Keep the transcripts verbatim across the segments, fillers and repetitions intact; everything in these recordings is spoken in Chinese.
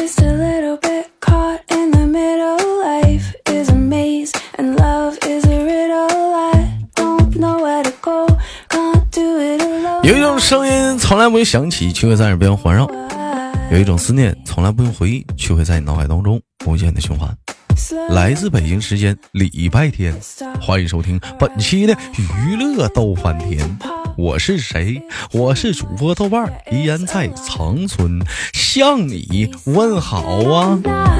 有一种声音从来不会响起，却会在耳边环绕；有一种思念从来不用回忆，却会在你脑海当中无限的循环。来自北京时间礼拜天，欢迎收听本期的娱乐逗翻天。我是谁？我是主播豆瓣，依然在长春向你问好啊！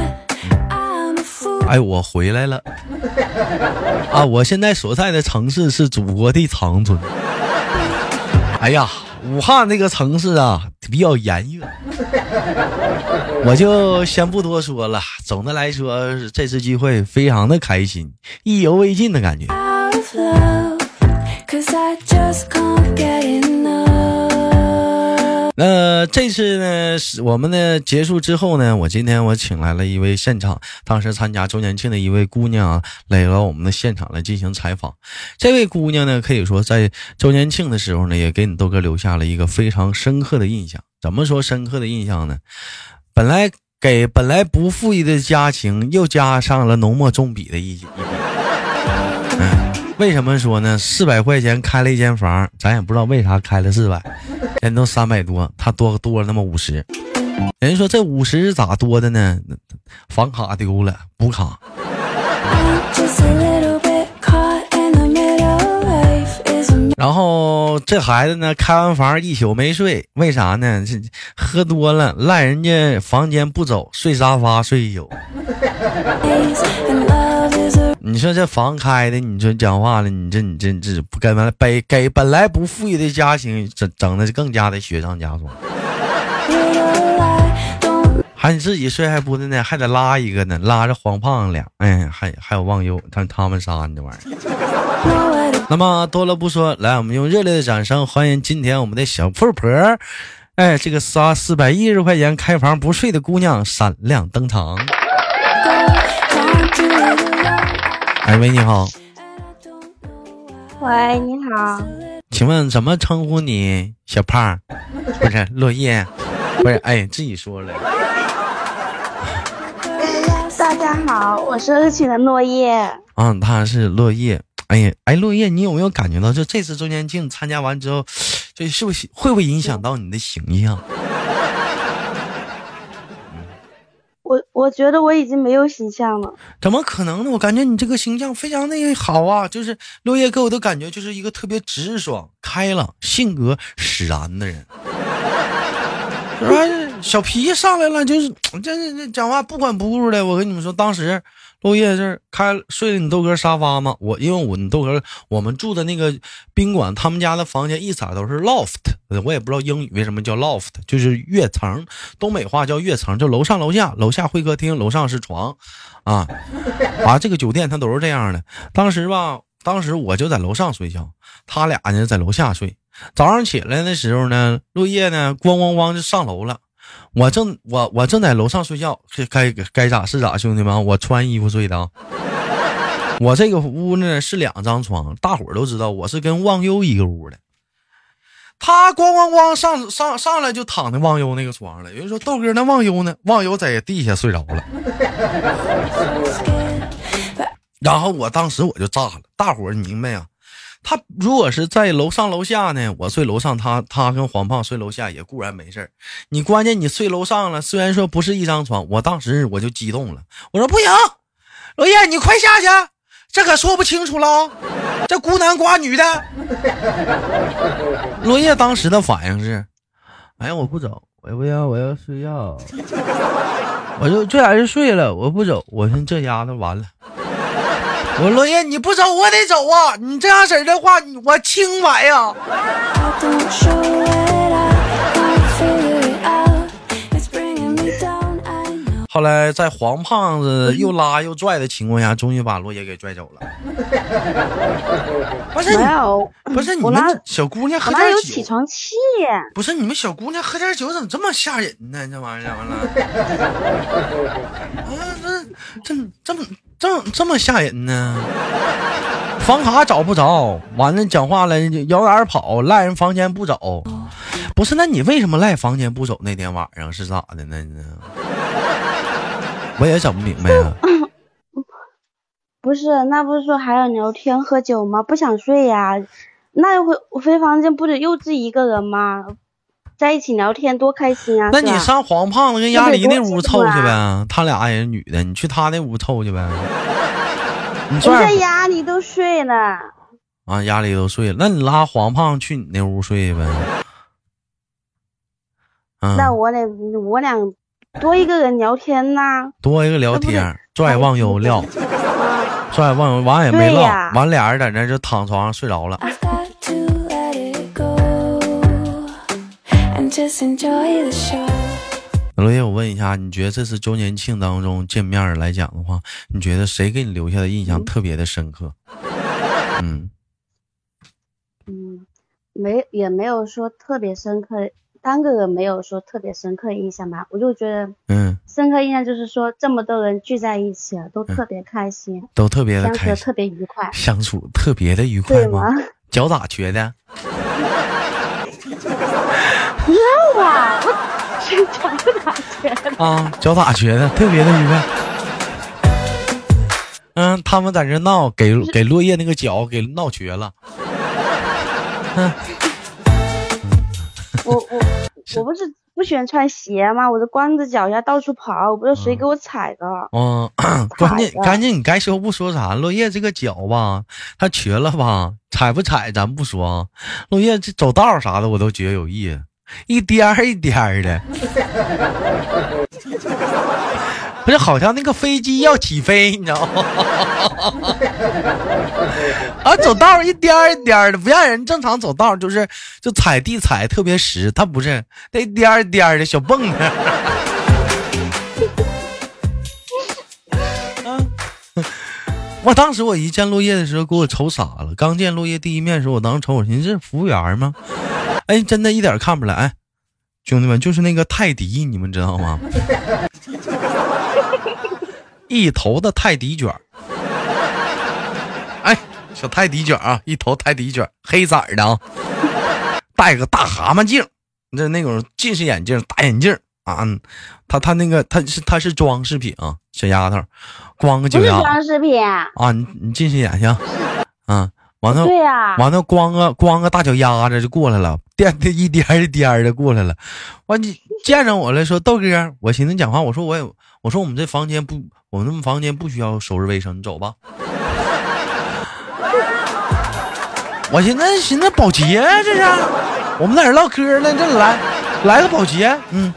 哎，我回来了啊！我现在所在的城市是祖国的长春。哎呀，武汉那个城市啊比较炎热，我就先不多说了。总的来说，这次机会非常的开心，意犹未尽的感觉。那这次呢，我们呢结束之后呢，我今天我请来了一位现场当时参加周年庆的一位姑娘啊，来到我们的现场来进行采访。这位姑娘呢，可以说在周年庆的时候呢，也给你豆哥留下了一个非常深刻的印象。怎么说深刻的印象呢？本来给本来不富裕的家庭又加上了浓墨重笔的一一笔。嗯。为什么说呢？四百块钱开了一间房，咱也不知道为啥开了四百，人都三百多，他多多了那么五十。人说这五十是咋多的呢？房卡丢了，补卡。然后这孩子呢，开完房一宿没睡，为啥呢？这喝多了，赖人家房间不走，睡沙发睡一宿。你说这房开的，你说讲话了，你这你这这不跟给给本来不富裕的家庭整整的更加的雪上加霜，还你自己睡还不的呢，还得拉一个呢，拉着黄胖俩，哎，还还有忘忧，他他们仨你这玩意儿。那么多了不说，来，我们用热烈的掌声欢迎今天我们的小富婆，哎，这个仨四百一十块钱开房不睡的姑娘闪亮登场。哎喂，你好。 喂，你好。 请问怎么称呼你？小胖？不是落叶？不是，哎，自己说了。 大家好，我是日曲的落叶。 嗯，他是落叶。哎呀，哎，落叶，你有没有感觉到，就这次周年庆参加完之后，这是不是会不会影响到你的形象？ 我我觉得我已经没有形象了。 怎么可能呢？我感觉你这个形象非常的好啊，就是落叶给我的感觉就是一个特别直爽、开朗、性格使然的人。小皮上来了，就是这这这讲话不管不顾的。我跟你们说，当时落叶这开睡了你豆哥沙发嘛，我因为我你豆哥我们住的那个宾馆，他们家的房间一色都是 loft， 我也不知道英语为什么叫 loft， 就是跃层，东北话叫跃层，就楼上楼下，楼下会客厅，楼上是床啊啊，这个酒店它都是这样的。当时吧，当时我就在楼上睡觉，他俩呢在楼下睡。早上起来的时候呢，落叶呢咣咣咣就上楼了。我正我我正在楼上睡觉，该该咋是咋，兄弟们，我穿衣服睡的。我这个屋呢是两张床，大伙儿都知道我是跟忘忧一个屋的。他咣咣咣上上上来就躺在忘忧那个床了。有人说豆哥那忘忧呢？忘忧在地下睡着了。然后我当时我就炸了，大伙儿明白呀？他如果是在楼上楼下呢，我睡楼上，他他跟黄胖睡楼下也固然没事儿。你关键你睡楼上了，虽然说不是一张床，我当时我就激动了，我说不行，落叶你快下去，这可说不清楚了，这孤男寡女的。落叶当时的反应是，哎呀我不走，我不要我要睡觉，我就这还是睡了，我不走。我说这丫头完了。我落叶你不走我得走啊，你这样式的话我清白呀。后来在黄胖子又拉又拽的情况下，终于把落叶给拽走了。不是不是你们小姑娘喝点酒， 我哪有起床气？ 不是你们小姑娘喝点酒怎么这么吓人呢？这玩意儿完了，啊，这这这么这么这么吓人呢？房卡找不着，完了讲话了摇眼跑，赖人房间不走。不是，那你为什么赖房间不走？那天晚上是咋的呢？ 我也整不明白啊。 不是，那不是说还要聊天喝酒吗？不想睡呀、啊，那回回房间不得又自己一个人吗？在一起聊天多开心啊！ 那你上黄胖子跟鸭梨那屋凑去呗， 啊、 他俩也是女的，你去他那屋凑去呗。你这在鸭梨都睡了啊，鸭梨都睡了，那你拉黄胖去你那屋睡呗。 嗯、那我得我俩多一个人聊天呐、啊， 多一个聊天，拽忘忧撂，拽忘忧完也没唠，完俩人在那就躺床上睡着了。罗叶，我问一下，你觉得这次周年庆当中见面来讲的话，你觉得谁给你留下的印象特别的深刻？嗯嗯，没也没有说特别深刻，单个人没有说特别深刻的印象吧。我就觉得，嗯，深刻印象就是说这么多人聚在一起了，都特别开心，嗯、 都特别的开心， 相处特别愉快， 相处特别的愉快吗？脚咋瘸的？ 不知道啊，我脚打瘸的啊，脚打瘸的，特别的愉快。嗯，他们在这闹，给给落叶那个脚给闹瘸了。 嗯，我我我不是不喜欢穿鞋吗？我就光着脚下到处跑，我不知道谁给我踩的。 嗯，嗯关键关键你该说不说啥？落叶这个脚吧，他瘸了吧？踩不踩咱不说，落叶这走道啥的我都觉得有意思。一颠儿一颠儿的，不是好像那个飞机要起飞，你知道吗？啊，走道一颠儿一颠儿的，不像人正常走道，就是就踩地踩特别实，他不是那一颠儿一颠儿的小蹦子。我当时我一见落叶的时候，给我瞅傻了。刚见落叶第一面的时候，我当时瞅我，寻思这服务员吗？哎，真的一点看不来。哎，兄弟们，就是那个泰迪，你们知道吗？一头的泰迪卷，哎，小泰迪卷啊，一头泰迪卷，黑色的啊，戴个大蛤蟆镜，这那种近视眼镜，大眼镜啊。他他那个他是他是装饰品啊，小丫头，光个脚丫， 不是装饰品啊， 你你近视眼行啊。完了， 对呀、啊， 完了，光个光个大脚丫子就过来了，颠的一颠一颠的过来了。完，你见着我了，说豆哥，我寻思讲话，我说我也，我说我们这房间不，我们房间不需要收拾卫生，你走吧。我寻思寻思保洁这是，我们在这唠嗑呢，这来来个保洁，嗯。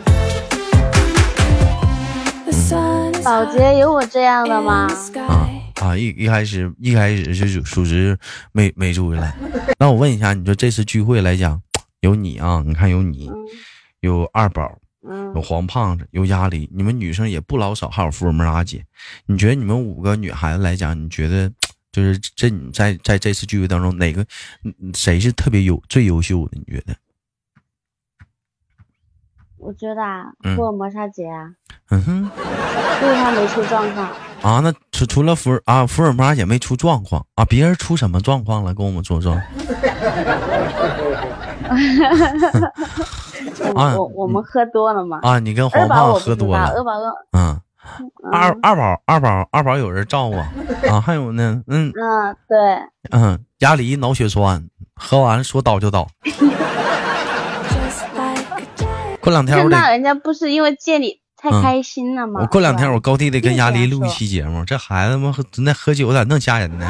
保洁有我这样的吗？ 啊。啊，一一开始一开始是属实没没注意来。那我问一下，你说这次聚会来讲，有你啊，你看有你，有二宝，有黄胖子，有鸭梨，你们女生也不老少，还有福尔摩沙姐。你觉得你们五个女孩子来讲，你觉得就是这你在在这次聚会当中，哪个谁是特别优最优秀的？你觉得？ 我觉得啊，福尔摩沙姐啊， 嗯哼， 因为她没出状况啊。那除除了福尔啊，福尔摩沙姐没出状况啊，别人出什么状况了？跟我们说说。 啊，我我们喝多了嘛。 啊，你跟黄胖喝多了。 二宝嗯，二二宝二宝二宝有人照顾啊，还有呢，嗯嗯对， 嗯，鸭梨脑血栓，喝完说倒就倒。过两天我得， 那人家不是因为见你太开心了吗？ 嗯、我过两天我高低得跟鸭梨录一期节目。这孩子们那喝酒咋那么吓人呢？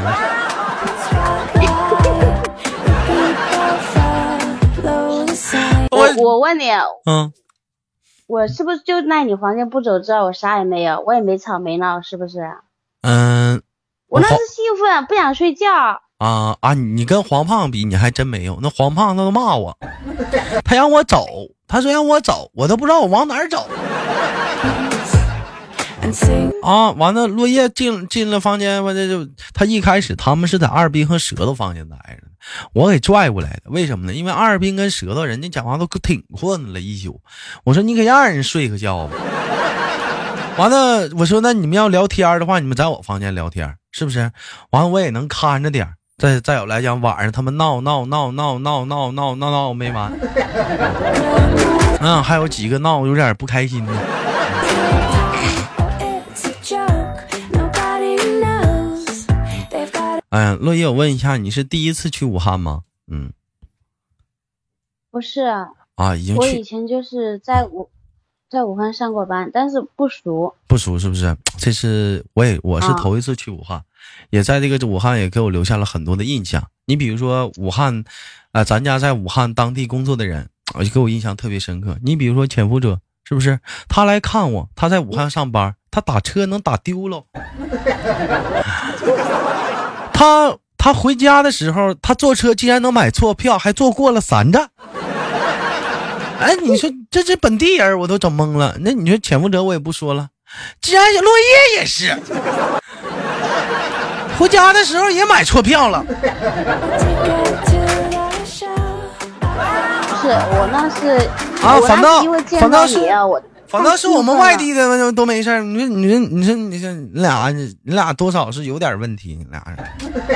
我我问你， 嗯， 我是不是就在你房间不走之后，我啥也没有，我也没吵没闹，是不是？ 嗯， 我那是兴奋，不想睡觉。 啊啊！你跟黄胖比，你还真没有。那黄胖他都骂我，他让我走，他说让我走，我都不知道我往哪儿走。啊，完了，落叶进进了房间，完了就他一开始他们是在二斌和舌头房间待着，我给拽过来的。为什么呢？因为二斌跟舌头人家讲话都挺困了一宿，我说你可让人睡个觉吧。完了，我说那你们要聊天的话，你们在我房间聊天，是不是？完了，我也能看着点。再再有来讲，晚上他们闹闹闹闹闹闹闹闹闹没完。嗯，还有几个闹有点不开心的。 哎，落叶，我问一下，你是第一次去武汉吗？嗯， 不是啊，已经去。 我以前就是在武在武汉上过班，但是不熟。 不熟是不是？这是我也我是头一次去武汉，啊、也在这个武汉也给我留下了很多的印象。你比如说武汉，啊、呃，咱家在武汉当地工作的人，我就给我印象特别深刻。你比如说潜伏者，是不是？他来看我，他在武汉上班，他打车能打丢了。他他回家的时候，他坐车竟然能买错票，还坐过了三站。哎，你说这这本地人我都整懵了。那你说潜伏者我也不说了，既然落叶也是，回家的时候也买错票了。 不是我那是啊，反倒反倒是我。反倒是我们外地的都没事。你说，你说，你说，你说，你俩，你俩多少是有点问题。你俩人，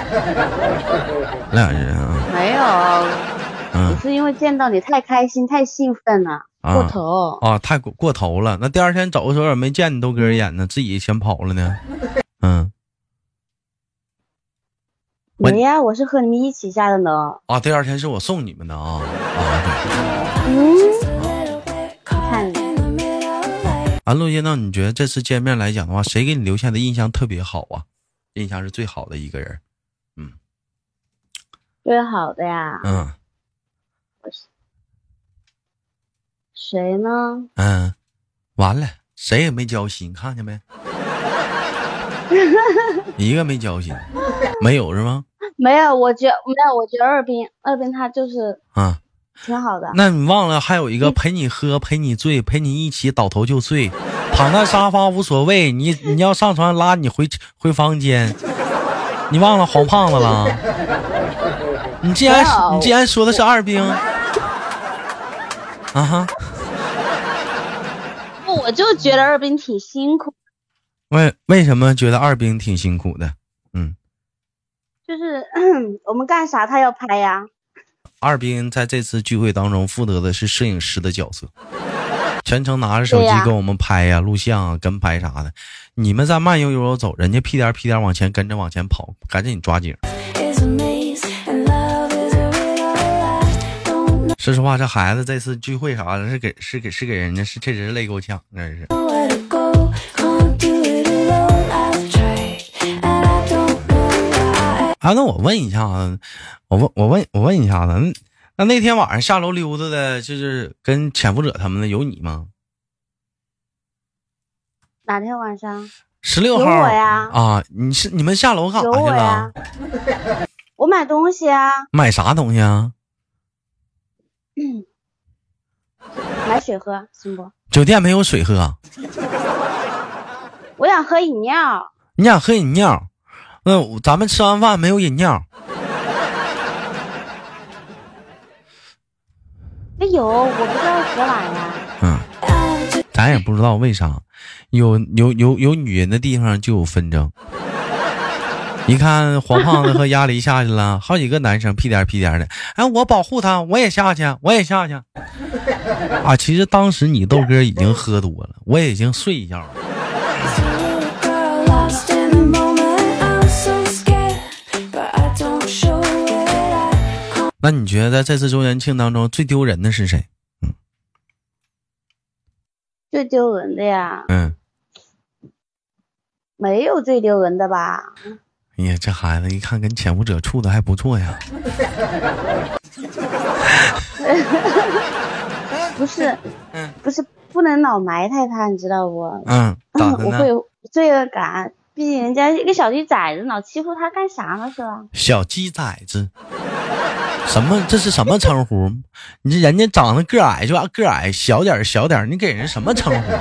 俩人啊， 没有，嗯，只是因为见到你太开心、太兴奋了，啊、过头啊，太过过头了。那第二天走的时候也没见你豆哥眼呢，自己先跑了呢。嗯， 没呀，我是和你们一起下的呢。 啊，第二天是我送你们的啊啊， 对。嗯，看。 啊，陆叶，那你觉得这次见面来讲的话，谁给你留下的印象特别好啊？印象是最好的一个人。嗯， 最好的呀。 嗯， 谁呢？ 嗯，完了，谁也没交心，看见没？一个没交心，没有是吗？ 没有，我觉没有，我觉得二斌，二斌他就是啊。 挺好的。 那你忘了还有一个陪你喝陪你醉陪你一起倒头就睡，躺在沙发无所谓，你你要上床拉你回回房间，你忘了黄胖子了？你既然你既然说的是二兵啊哈， 我就觉得二兵挺辛苦。 为为什么觉得二兵挺辛苦的？嗯， 就是我们干啥他要拍呀。 二兵在这次聚会当中负责的是摄影师的角色，全程拿着手机跟我们拍呀、录像啊、跟拍啥的。你们在慢悠悠走，人家屁颠屁颠往前跟着往前跑，赶紧抓紧。说实话，这孩子这次聚会啥的，是给是给是给人家是确实是累够呛，真是。啊，那我问一下啊，我问我问我问一下子，那那天晚上下楼溜达的，就是跟潜伏者他们的有你吗？ 哪天晚上？ 十六号。 有我呀。 啊，你是你们下楼干啥去了？ 我买东西啊。 买啥东西啊？ 嗯，买水喝，行不？ 酒店没有水喝。 我想喝饮料。 你想喝饮料？那咱们吃完饭没有饮料。 没有，我不知道喝哪呀。 嗯，咱也不知道为啥，有有有有女人的地方就有纷争。你看黄胖子和鸭梨下去了，好几个男生屁颠屁颠的，哎，我保护他，我也下去，我也下去。啊，其实当时你豆哥已经喝多了，我也已经睡一觉了。那你觉得在这次周年庆当中最丢人的是谁？嗯， 最丢人的呀？ 嗯， 没有最丢人的吧？ 哎呀，这孩子一看跟潜伏者处的还不错呀。 不是，嗯，不是，不能老埋汰他，你知道不？ 嗯，咋的呢？ 我会有罪恶感。毕竟人家一个小鸡崽子，老欺负他干啥呢？是吧？ 小鸡崽子，什么？这是什么称呼？你这人家长得个矮就个矮，小点小点，你给人什么称呼？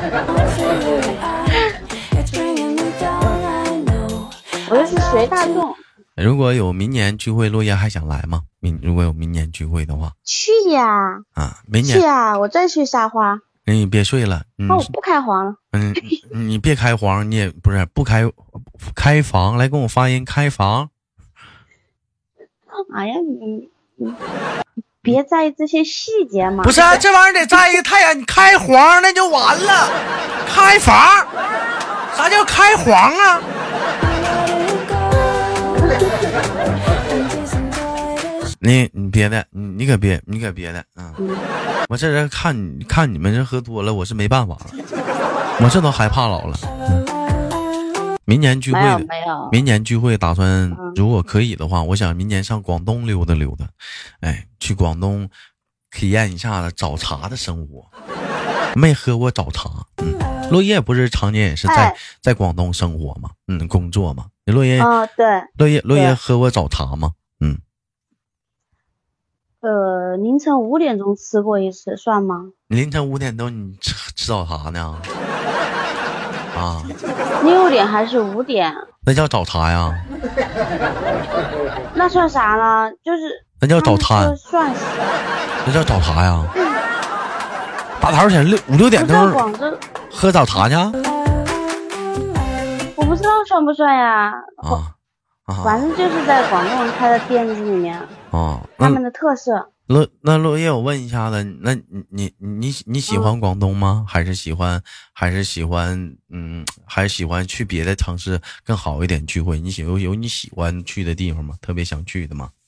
我这是随大众。 如果有明年聚会，落叶还想来吗？明如果有明年聚会的话， 去呀！ 啊，明年去呀！我再去撒花。 你别睡了，嗯、 哦，我不开黄了。 嗯，你别开黄，你也不是不开开房，来跟我发音开房。 哎呀，你你别在意这些细节嘛。 不是、啊，这玩意儿得在意太阳，你开黄那就完了。开房，啥叫开黄啊？ 你你别的，你你可别你可别的，嗯，嗯我这人看你看你们这喝多了，我是没办法了，我这都害怕老了。嗯、明年聚会的， 没有， 明年聚会打算，嗯、如果可以的话，我想明年上广东溜达溜达，哎，去广东体验一下子早茶的生活。没喝过早茶，嗯，落叶不是常年也是在、哎、在广东生活吗？嗯，工作吗？落叶， 哦，对， 落叶，落叶喝过早茶吗？嗯， 呃，凌晨五点钟吃过一次，算吗？ 凌晨五点钟你吃吃早茶呢？啊， 六点还是五点？ 那叫早茶呀？ 那算啥呢？就是那叫早餐， 算是， 那叫早茶呀？大早前六五六点钟喝早茶去？ 我不知道算不算呀？ 啊啊！ 反正就是在广东人开的店子里面啊， 他们的特色。 落那落叶，我问一下子，那你你你你喜欢广东吗？嗯、还是喜欢还是喜欢嗯，还是喜欢去别的城市更好一点聚会？你喜有有你喜欢去的地方吗？特别想去的吗？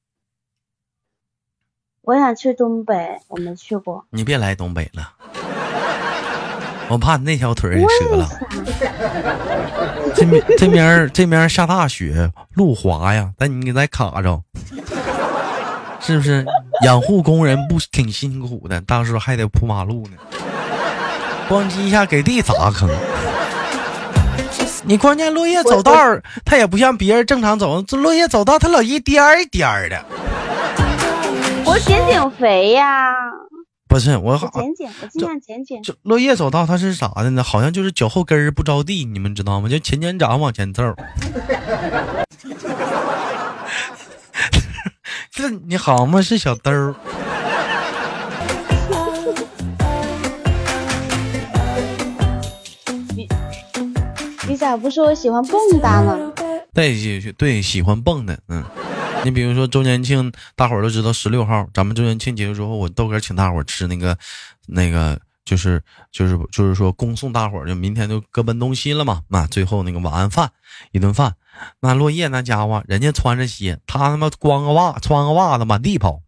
我想去东北，我没去过。 你别来东北了，我怕你那条腿给折了。这边这边这边下大雪，路滑呀，但你给咱卡着，是不是？养护工人不挺辛苦的，到时候还得铺马路呢，咣叽一下给地砸坑。你关键落叶走道，他也不像别人正常走，这落叶走道他老一颠儿一颠儿的。 我减减肥呀， 不是我好减减，我尽量减减。 这落叶走道它是啥的呢？好像就是脚后跟儿不着地，你们知道吗？就前脚掌往前凑。这你好吗？是小兜儿。 你你咋不说我喜欢蹦跶呢？ 对对，喜欢蹦的，嗯。你比如说周年庆，大伙儿都知道十六号，咱们周年庆结束之后，我豆哥请大伙儿吃那个，那个就是就是就是说恭送大伙儿，就明天就各奔东西了嘛。那最后那个晚安饭，一顿饭，那落叶那家伙，人家穿着鞋，他他妈光个袜，穿个袜子满地跑，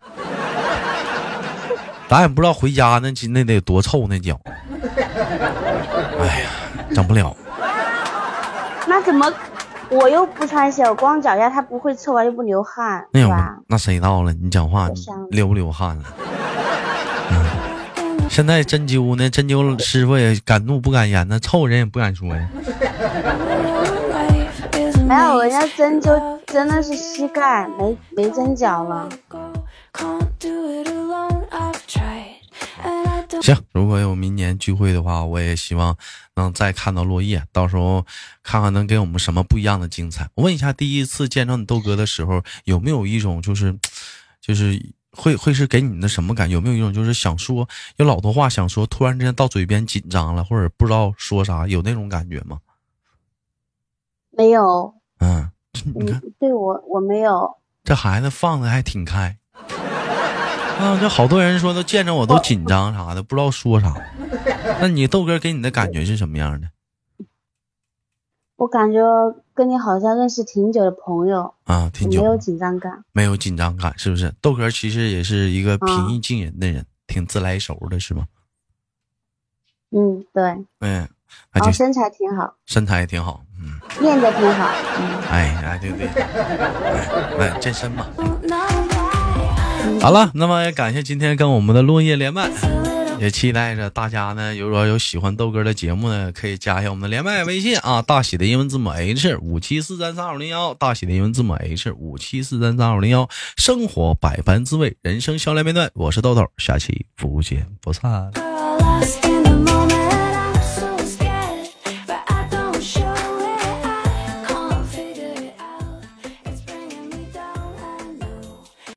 咱也不知道回家那那得多臭那脚。哎呀，整不了。 那怎么？我又不穿鞋，我光脚丫，它不会臭啊，又不流汗， 那有吧？ 那谁到了？你讲话你流不流汗了？嗯、现在针灸呢，针灸师傅也敢怒不敢言呢，臭人也不敢说呀。 没有，人家针灸真的是膝盖，没没针脚了。 行，如果有明年聚会的话，我也希望能再看到落叶，到时候看看能给我们什么不一样的精彩。我问一下，第一次见到你豆哥的时候，有没有一种就是就是会会是给你的什么感觉？有没有一种就是想说有老多话想说，突然之间到嘴边紧张了，或者不知道说啥，有那种感觉吗？ 没有。 嗯，你看， 对我我没有。 这孩子放的还挺开。啊，这好多人说都见着我都紧张啥的，不知道说啥。那你豆哥给你的感觉是什么样的？ 我感觉跟你好像认识挺久的朋友啊，挺久， 没有紧张感， 没有紧张感，是不是？豆哥其实也是一个平易近人的人，啊、挺自来熟的，是吗？ 嗯，对。 嗯， 然后身材挺好， 身材也挺好，嗯， 练得挺好，嗯， 哎哎，对对，哎，哎健身嘛。好了，那么也感谢今天跟我们的落叶连麦，也期待着大家呢，如果有喜欢豆哥的节目呢，可以加一下我们的连麦微信啊，大写的英文字母 H 五七四三三二零幺，大写的英文字母 H 五七四三三二零幺，生活百般滋味，人生笑来面对，我是豆豆，下期不见不散。